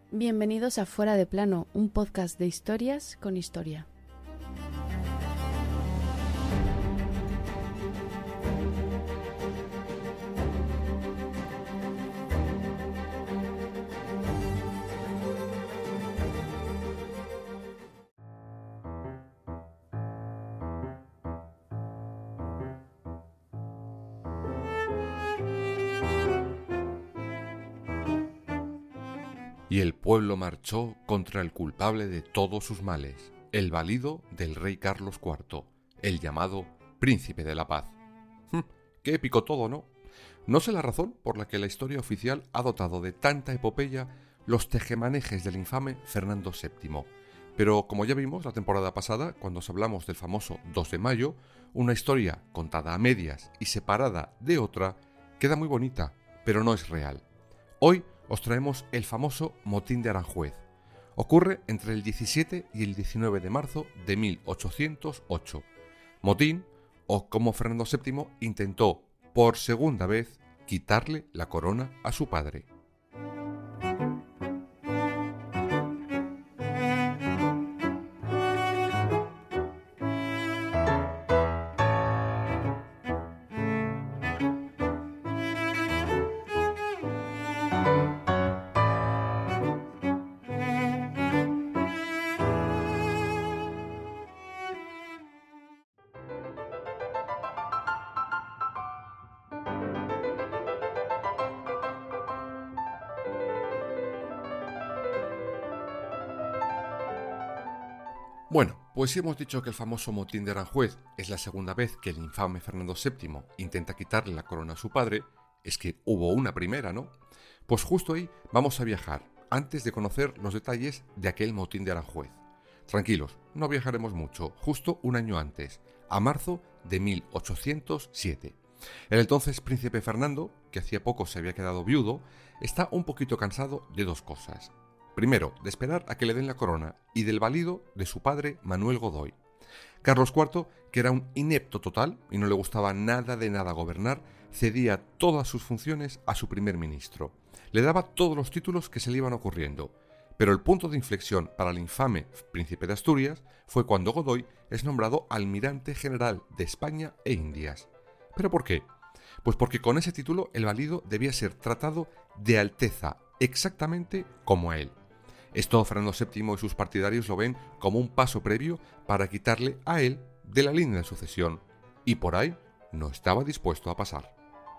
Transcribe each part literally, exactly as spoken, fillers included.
Bienvenidos a Fuera de Plano, un podcast de historias con historia. Y el pueblo marchó contra el culpable de todos sus males, el valido del rey Carlos cuarto, el llamado Príncipe de la Paz. Hm, ¡Qué épico todo!, ¿no? No sé la razón por la que la historia oficial ha dotado de tanta epopeya los tejemanejes del infame Fernando séptimo, pero como ya vimos la temporada pasada, cuando os hablamos del famoso dos de mayo, una historia contada a medias y separada de otra queda muy bonita, pero no es real. Hoy os traemos el famoso Motín de Aranjuez. Ocurre entre el diecisiete y el diecinueve de marzo de mil ochocientos ocho. Motín, o como Fernando séptimo intentó, por segunda vez, quitarle la corona a su padre. Bueno, pues si hemos dicho que el famoso Motín de Aranjuez es la segunda vez que el infame Fernando séptimo intenta quitarle la corona a su padre, es que hubo una primera, ¿no? Pues justo ahí vamos a viajar, antes de conocer los detalles de aquel Motín de Aranjuez. Tranquilos, no viajaremos mucho, justo un año antes, a marzo de mil ochocientos siete. El entonces príncipe Fernando, que hacía poco se había quedado viudo, está un poquito cansado de dos cosas. Primero, de esperar a que le den la corona y del valido de su padre Manuel Godoy. Carlos cuarto, que era un inepto total y no le gustaba nada de nada gobernar, cedía todas sus funciones a su primer ministro. Le daba todos los títulos que se le iban ocurriendo. Pero el punto de inflexión para el infame príncipe de Asturias fue cuando Godoy es nombrado almirante general de España e Indias. ¿Pero por qué? Pues porque con ese título el valido debía ser tratado de alteza, exactamente como a él. Esto Fernando séptimo y sus partidarios lo ven como un paso previo para quitarle a él de la línea de sucesión, y por ahí no estaba dispuesto a pasar.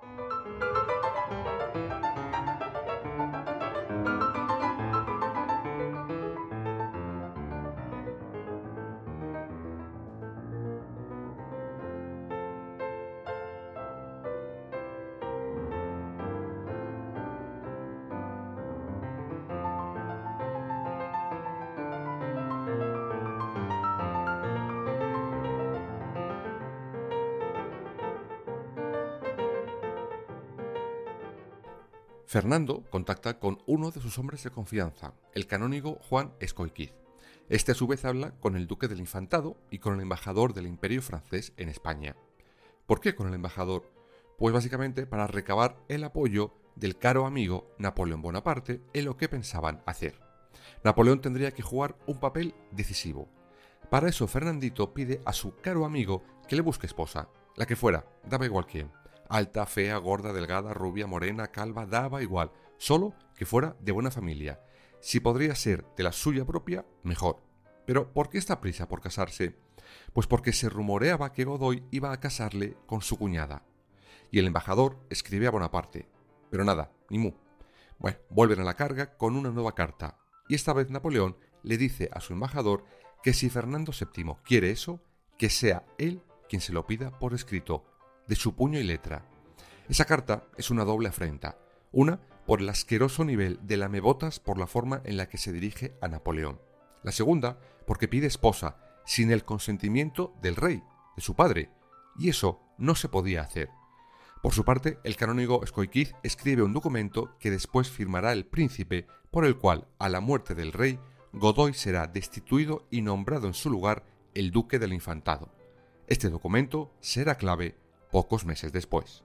Fernando contacta con uno de sus hombres de confianza, el canónigo Juan Escóiquiz. Este a su vez habla con el duque del Infantado y con el embajador del Imperio francés en España. ¿Por qué con el embajador? Pues básicamente para recabar el apoyo del caro amigo Napoleón Bonaparte en lo que pensaban hacer. Napoleón tendría que jugar un papel decisivo. Para eso Fernandito pide a su caro amigo que le busque esposa, la que fuera, daba igual quién. Alta, fea, gorda, delgada, rubia, morena, calva, daba igual, solo que fuera de buena familia. Si podría ser de la suya propia, mejor. Pero ¿por qué esta prisa por casarse? Pues porque se rumoreaba que Godoy iba a casarle con su cuñada. Y el embajador escribe a Bonaparte. Pero nada, ni mu. Bueno, vuelven a la carga con una nueva carta. Y esta vez Napoleón le dice a su embajador que si Fernando séptimo quiere eso, que sea él quien se lo pida por escrito, de su puño y letra. Esa carta es una doble afrenta. Una, por el asqueroso nivel de lamebotas por la forma en la que se dirige a Napoleón. La segunda, porque pide esposa, sin el consentimiento del rey, de su padre. Y eso no se podía hacer. Por su parte, el canónigo Escóiquiz escribe un documento que después firmará el príncipe, por el cual, a la muerte del rey, Godoy será destituido y nombrado en su lugar el duque del Infantado. Este documento será clave pocos meses después.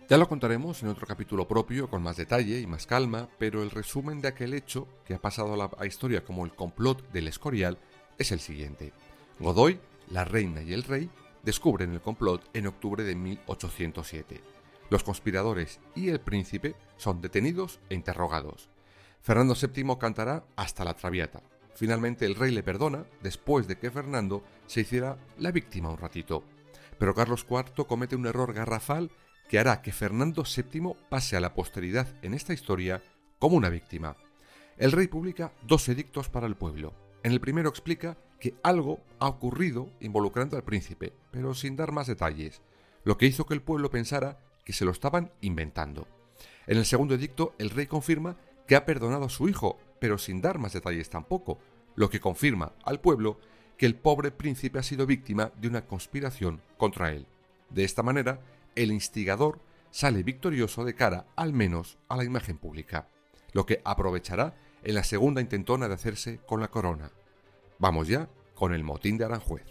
Ya lo contaremos en otro capítulo propio con más detalle y más calma, pero el resumen de aquel hecho que ha pasado a la historia como el complot del Escorial es el siguiente. Godoy, la reina y el rey descubren el complot en octubre de mil ochocientos siete. Los conspiradores y el príncipe son detenidos e interrogados. Fernando séptimo cantará hasta la Traviata. Finalmente el rey le perdona después de que Fernando se hiciera la víctima un ratito. Pero Carlos cuarto comete un error garrafal que hará que Fernando séptimo pase a la posteridad en esta historia como una víctima. El rey publica dos edictos para el pueblo. En el primero explica que algo ha ocurrido involucrando al príncipe, pero sin dar más detalles, lo que hizo que el pueblo pensara que se lo estaban inventando. En el segundo edicto, el rey confirma que ha perdonado a su hijo, pero sin dar más detalles tampoco, lo que confirma al pueblo que el pobre príncipe ha sido víctima de una conspiración contra él. De esta manera, el instigador sale victorioso de cara, al menos, a la imagen pública, lo que aprovechará en la segunda intentona de hacerse con la corona. Vamos ya con el motín de Aranjuez.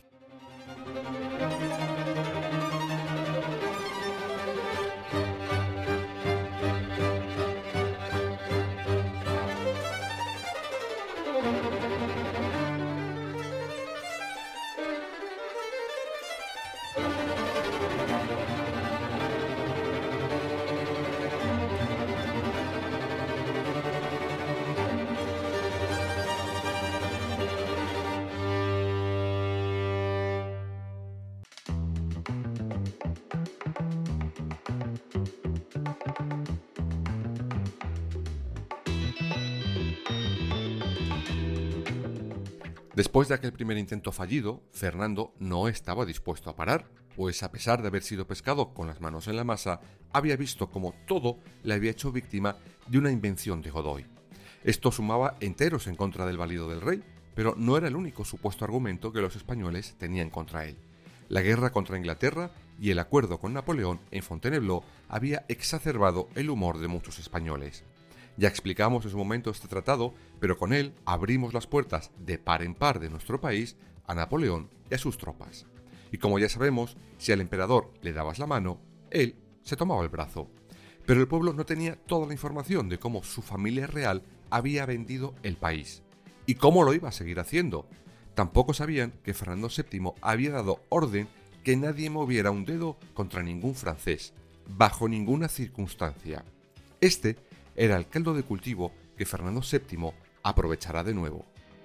Después de aquel primer intento fallido, Fernando no estaba dispuesto a parar, pues a pesar de haber sido pescado con las manos en la masa, había visto como todo le había hecho víctima de una invención de Godoy. Esto sumaba enteros en contra del valido del rey, pero no era el único supuesto argumento que los españoles tenían contra él. La guerra contra Inglaterra y el acuerdo con Napoleón en Fontainebleau había exacerbado el humor de muchos españoles. Ya explicamos en su momento este tratado, pero con él abrimos las puertas de par en par de nuestro país a Napoleón y a sus tropas. Y como ya sabemos, si al emperador le dabas la mano, él se tomaba el brazo. Pero el pueblo no tenía toda la información de cómo su familia real había vendido el país. ¿Y cómo lo iba a seguir haciendo? Tampoco sabían que Fernando séptimo había dado orden que nadie moviera un dedo contra ningún francés, bajo ninguna circunstancia. Este era el caldo de cultivo que Fernando séptimo aprovechará de nuevo.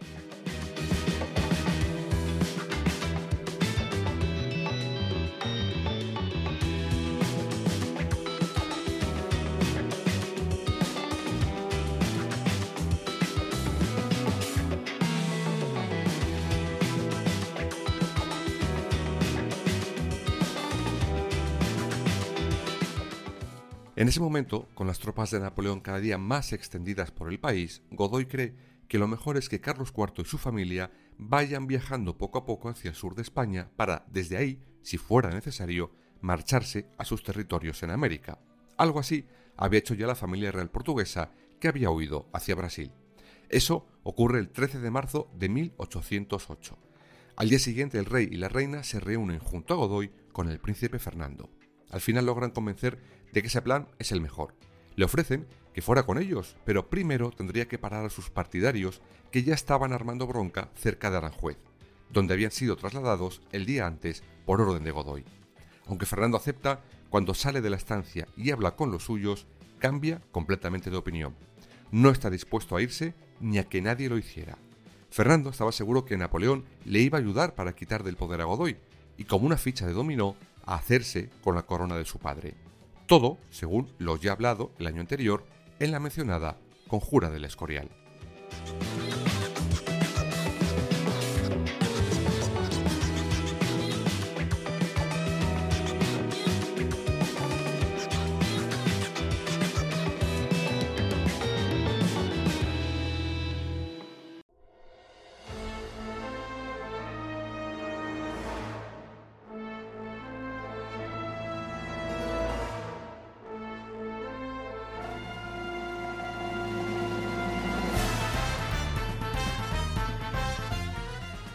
En ese momento, con las tropas de Napoleón cada día más extendidas por el país, Godoy cree que lo mejor es que Carlos cuarto y su familia vayan viajando poco a poco hacia el sur de España para, desde ahí, si fuera necesario, marcharse a sus territorios en América. Algo así había hecho ya la familia real portuguesa, que había huido hacia Brasil. Eso ocurre el trece de marzo de mil ochocientos ocho. Al día siguiente el rey y la reina se reúnen junto a Godoy con el príncipe Fernando. Al final logran convencer de que ese plan es el mejor. Le ofrecen que fuera con ellos, pero primero tendría que parar a sus partidarios que ya estaban armando bronca cerca de Aranjuez, donde habían sido trasladados el día antes por orden de Godoy. Aunque Fernando acepta, cuando sale de la estancia y habla con los suyos, cambia completamente de opinión. No está dispuesto a irse ni a que nadie lo hiciera. Fernando estaba seguro que Napoleón le iba a ayudar para quitar del poder a Godoy, y como una ficha de dominó, a hacerse con la corona de su padre. Todo, según lo ya hablado el año anterior, en la mencionada Conjura del Escorial.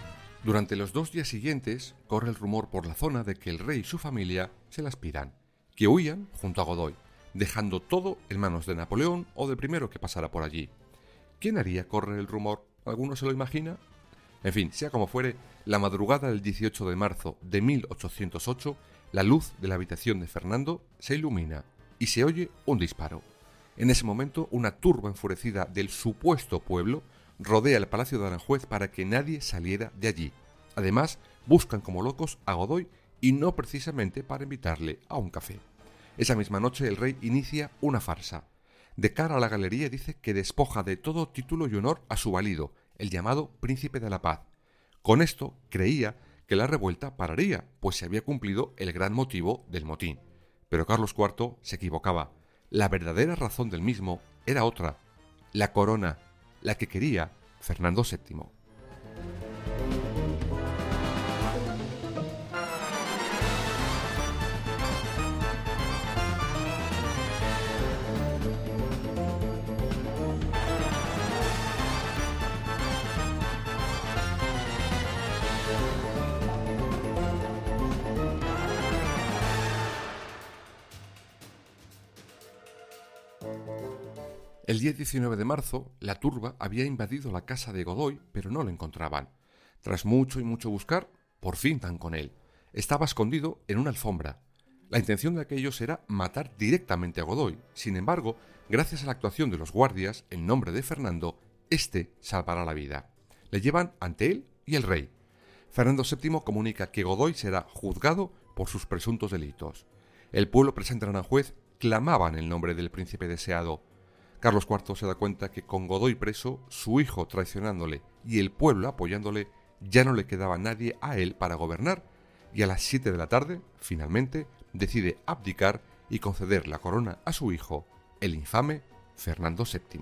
Durante los dos días siguientes corre el rumor por la zona de que el rey y su familia se las piran, que huían junto a Godoy, dejando todo en manos de Napoleón o del primero que pasara por allí. ¿Quién haría correr el rumor? ¿Alguno se lo imagina? En fin, sea como fuere, la madrugada del dieciocho de marzo de mil ochocientos ocho, la luz de la habitación de Fernando se ilumina y se oye un disparo. En ese momento, una turba enfurecida del supuesto pueblo rodea el Palacio de Aranjuez para que nadie saliera de allí. Además, buscan como locos a Godoy y no precisamente para invitarle a un café. Esa misma noche el rey inicia una farsa. De cara a la galería dice que despoja de todo título y honor a su valido, el llamado Príncipe de la Paz. Con esto creía que la revuelta pararía, pues se había cumplido el gran motivo del motín. Pero Carlos cuarto se equivocaba. La verdadera razón del mismo era otra, la corona, la que quería Fernando séptimo. El día diecinueve de marzo, la turba había invadido la casa de Godoy, pero no lo encontraban. Tras mucho y mucho buscar, por fin dan con él. Estaba escondido en una alfombra. La intención de aquellos era matar directamente a Godoy. Sin embargo, gracias a la actuación de los guardias, en nombre de Fernando, éste salvará la vida. Le llevan ante él y el rey. Fernando séptimo comunica que Godoy será juzgado por sus presuntos delitos. El pueblo presente en Aranjuez clamaban el nombre del príncipe deseado. Carlos cuarto se da cuenta que con Godoy preso, su hijo traicionándole y el pueblo apoyándole, ya no le quedaba nadie a él para gobernar, y a las siete de la tarde, finalmente, decide abdicar y conceder la corona a su hijo, el infame Fernando séptimo.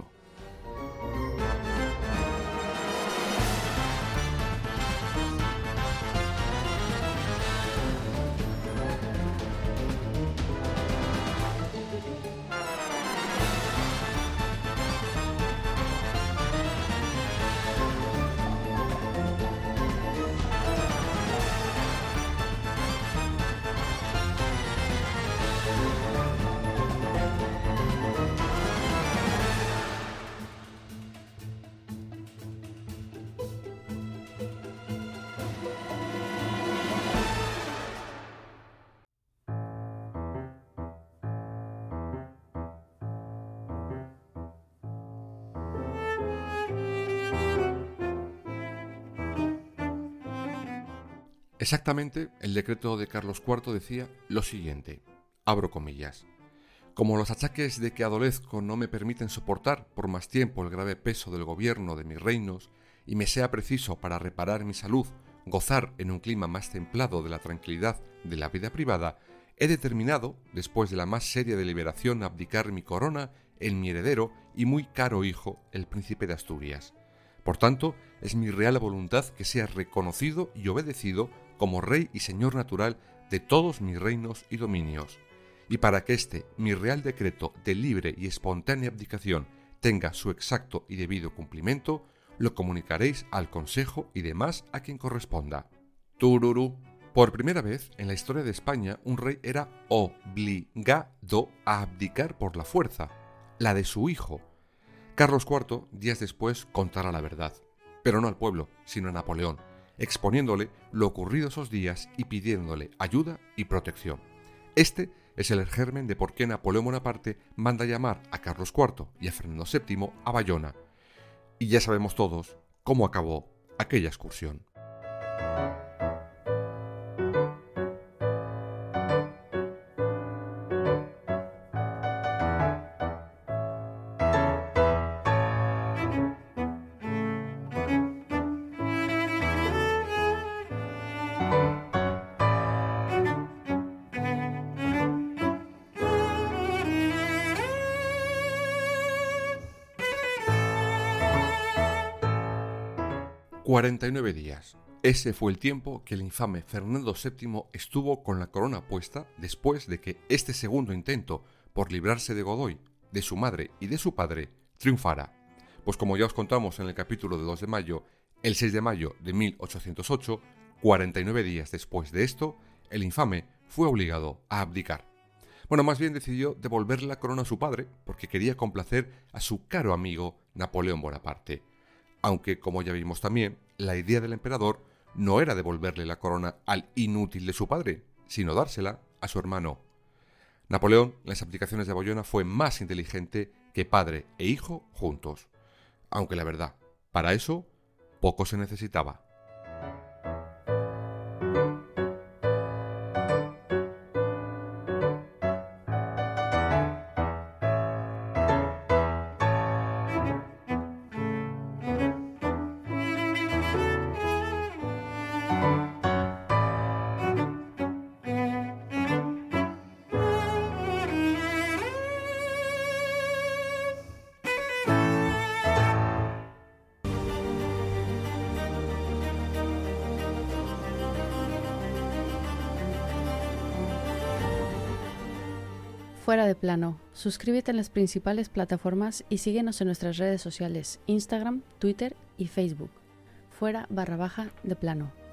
Exactamente, el decreto de Carlos cuarto decía lo siguiente, abro comillas: como los achaques de que adolezco no me permiten soportar por más tiempo el grave peso del gobierno de mis reinos y me sea preciso para reparar mi salud gozar en un clima más templado de la tranquilidad de la vida privada, he determinado, después de la más seria deliberación, abdicar mi corona en mi heredero y muy caro hijo, el príncipe de Asturias. Por tanto, es mi real voluntad que sea reconocido y obedecido como rey y señor natural de todos mis reinos y dominios. Y para que este, mi real decreto de libre y espontánea abdicación, tenga su exacto y debido cumplimiento, lo comunicaréis al Consejo y demás a quien corresponda. Tururú. Por primera vez en la historia de España, un rey era obligado a abdicar por la fuerza, la de su hijo. Carlos cuarto, días después, contará la verdad, pero no al pueblo, sino a Napoleón, exponiéndole lo ocurrido esos días y pidiéndole ayuda y protección. Este es el germen de por qué Napoleón Bonaparte manda llamar a Carlos cuarto y a Fernando séptimo a Bayona. Y ya sabemos todos cómo acabó aquella excursión. cuarenta y nueve días. Ese fue el tiempo que el infame Fernando séptimo estuvo con la corona puesta después de que este segundo intento por librarse de Godoy, de su madre y de su padre triunfara. Pues como ya os contamos en el capítulo de dos de mayo, el seis de mayo de mil ochocientos ocho, cuarenta y nueve días después de esto, el infame fue obligado a abdicar. Bueno, más bien decidió devolverle la corona a su padre porque quería complacer a su caro amigo Napoleón Bonaparte. Aunque, como ya vimos también, la idea del emperador no era devolverle la corona al inútil de su padre, sino dársela a su hermano. Napoleón, en las abdicaciones de Bayona, fue más inteligente que padre e hijo juntos. Aunque la verdad, para eso, poco se necesitaba. Fuera de plano, suscríbete en las principales plataformas y síguenos en nuestras redes sociales, Instagram, Twitter y Facebook. Fuera barra baja de plano.